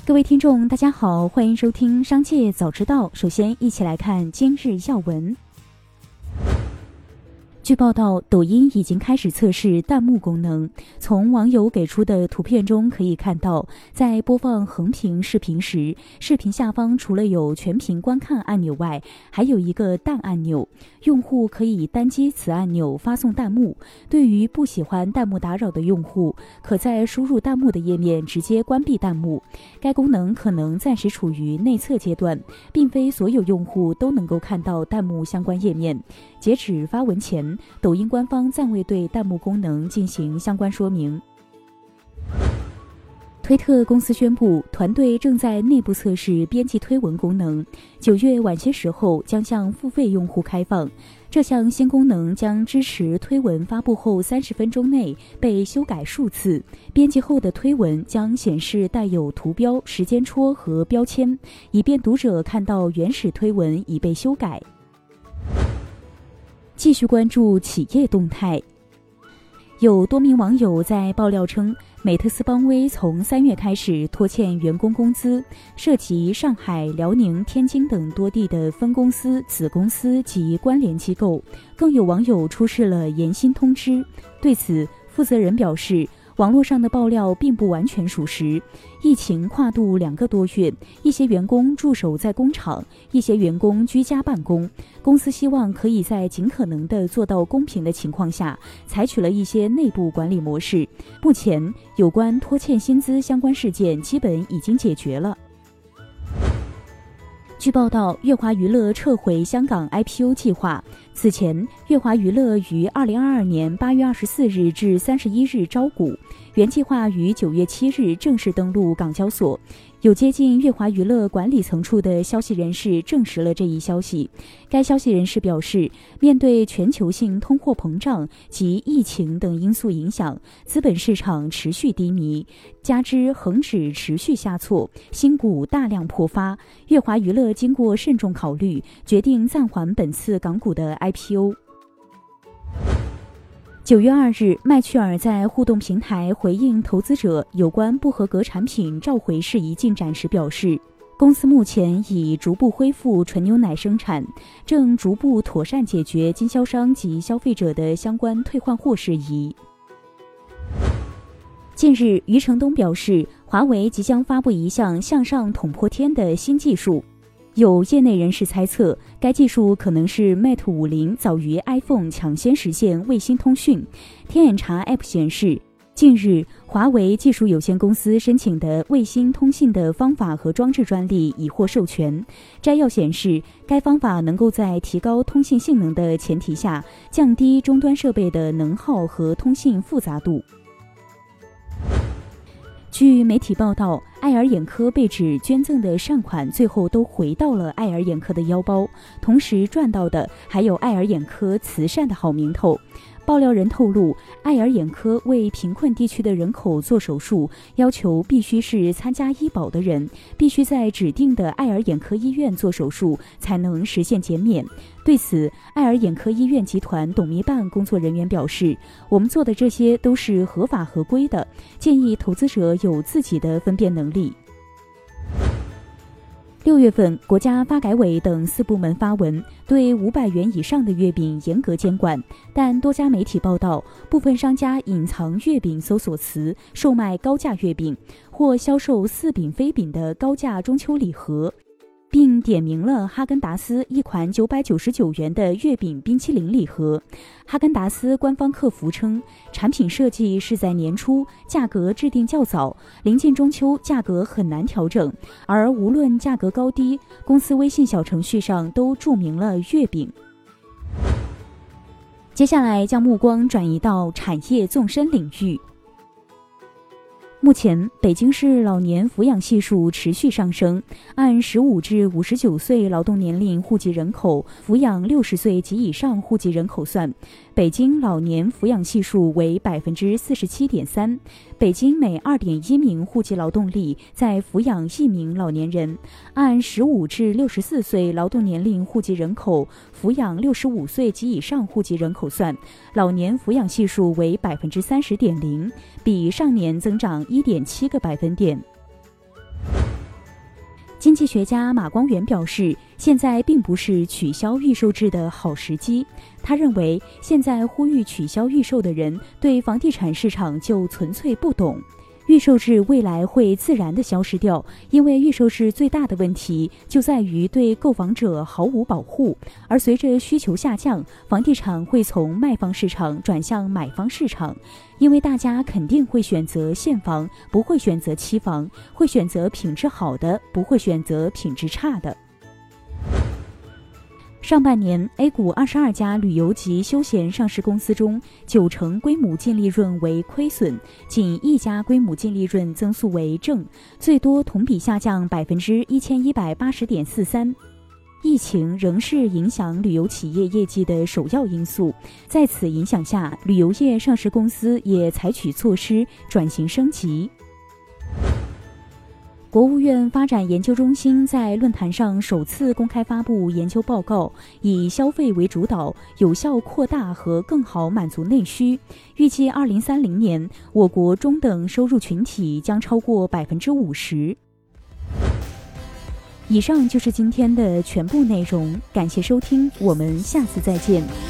各位听众大家好，欢迎收听商界早知道。首先一起来看今日要闻。据报道，抖音已经开始测试弹幕功能。从网友给出的图片中可以看到，在播放横屏视频时，视频下方除了有全屏观看按钮外，还有一个弹按钮，用户可以单击此按钮发送弹幕。对于不喜欢弹幕打扰的用户，可在输入弹幕的页面直接关闭弹幕。该功能可能暂时处于内测阶段，并非所有用户都能够看到弹幕相关页面。截止发文前，抖音官方暂未对弹幕功能进行相关说明。推特公司宣布，团队正在内部测试编辑推文功能，9月晚些时候将向付费用户开放。这项新功能将支持推文发布后30分钟内被修改数次，编辑后的推文将显示带有图标、时间戳和标签，以便读者看到原始推文已被修改。继续关注企业动态。有多名网友在爆料称，美特斯邦威从3月开始拖欠员工工资，涉及上海、辽宁、天津等多地的分公司、子公司及关联机构。更有网友出示了延薪通知。对此，负责人表示，网络上的爆料并不完全属实。疫情跨度2个多月，一些员工驻守在工厂，一些员工居家办公。公司希望可以在尽可能的做到公平的情况下，采取了一些内部管理模式。目前，有关拖欠薪资相关事件基本已经解决了。据报道，乐华娱乐撤回香港 IPO 计划。此前，乐华娱乐于2022年8月24日至31日招股，原计划于9月7日正式登陆港交所。有接近乐华娱乐管理层处的消息人士证实了这一消息。该消息人士表示，面对全球性通货膨胀及疫情等因素影响，资本市场持续低迷，加之恒指持续下挫，新股大量破发，乐华娱乐经过慎重考虑，决定暂缓本次港股的 IPO。9月2日，麦趣尔在互动平台回应投资者有关不合格产品召回事宜进展时表示，公司目前已逐步恢复纯牛奶生产，正逐步妥善解决经销商及消费者的相关退换货事宜。近日，余承东表示，华为即将发布一项向上捅破天的新技术。有业内人士猜测，该技术可能是 Mate 50早于 iPhone 抢先实现卫星通讯。天眼查 App 显示，近日华为技术有限公司申请的卫星通信的方法和装置专利已获授权。摘要显示，该方法能够在提高通信性能的前提下，降低终端设备的能耗和通信复杂度。据媒体报道，爱尔眼科被指捐赠的善款最后都回到了爱尔眼科的腰包，同时赚到的还有爱尔眼科慈善的好名头。爆料人透露，爱尔眼科为贫困地区的人口做手术，要求必须是参加医保的人，必须在指定的爱尔眼科医院做手术才能实现减免。对此，爱尔眼科医院集团董秘办工作人员表示，我们做的这些都是合法合规的，建议投资者有自己的分辨能力。6月份，国家发改委等4部门发文，对500元以上的月饼严格监管，但多家媒体报道，部分商家隐藏月饼搜索词，售卖高价月饼，或销售似饼非饼的高价中秋礼盒，并点名了哈根达斯一款999元的月饼冰淇淋礼盒。哈根达斯官方客服称，产品设计是在年初，价格制定较早，临近中秋，价格很难调整，而无论价格高低，公司微信小程序上都注明了月饼。接下来将目光转移到产业纵深领域。目前，北京市老年抚养系数持续上升，按15至59岁劳动年龄户籍人口抚养60岁及以上户籍人口算，北京老年抚养系数为 47.3%， 北京每 2.1 名户籍劳动力在抚养1名老年人，按15至64岁劳动年龄户籍人口抚养65岁及以上户籍人口算，老年抚养系数为 30.0%， 比上年增长1.7个百分点。 经济学家马光远表示，现在并不是取消预售制的好时机。他认为，现在呼吁取消预售的人对房地产市场就纯粹不懂。预售制未来会自然地消失掉，因为预售制最大的问题就在于对购房者毫无保护。而随着需求下降，房地产会从卖方市场转向买方市场，因为大家肯定会选择现房，不会选择期房，会选择品质好的，不会选择品质差的。上半年 A 股22家旅游及休闲上市公司中，9成规模净利润为亏损，仅1家规模净利润增速为正，最多同比下降1180.43%。疫情仍是影响旅游企业业绩的首要因素，在此影响下，旅游业上市公司也采取措施转型升级。国务院发展研究中心在论坛上首次公开发布研究报告，以消费为主导，有效扩大和更好满足内需。预计2030年，我国中等收入群体将超过50%。以上就是今天的全部内容，感谢收听，我们下次再见。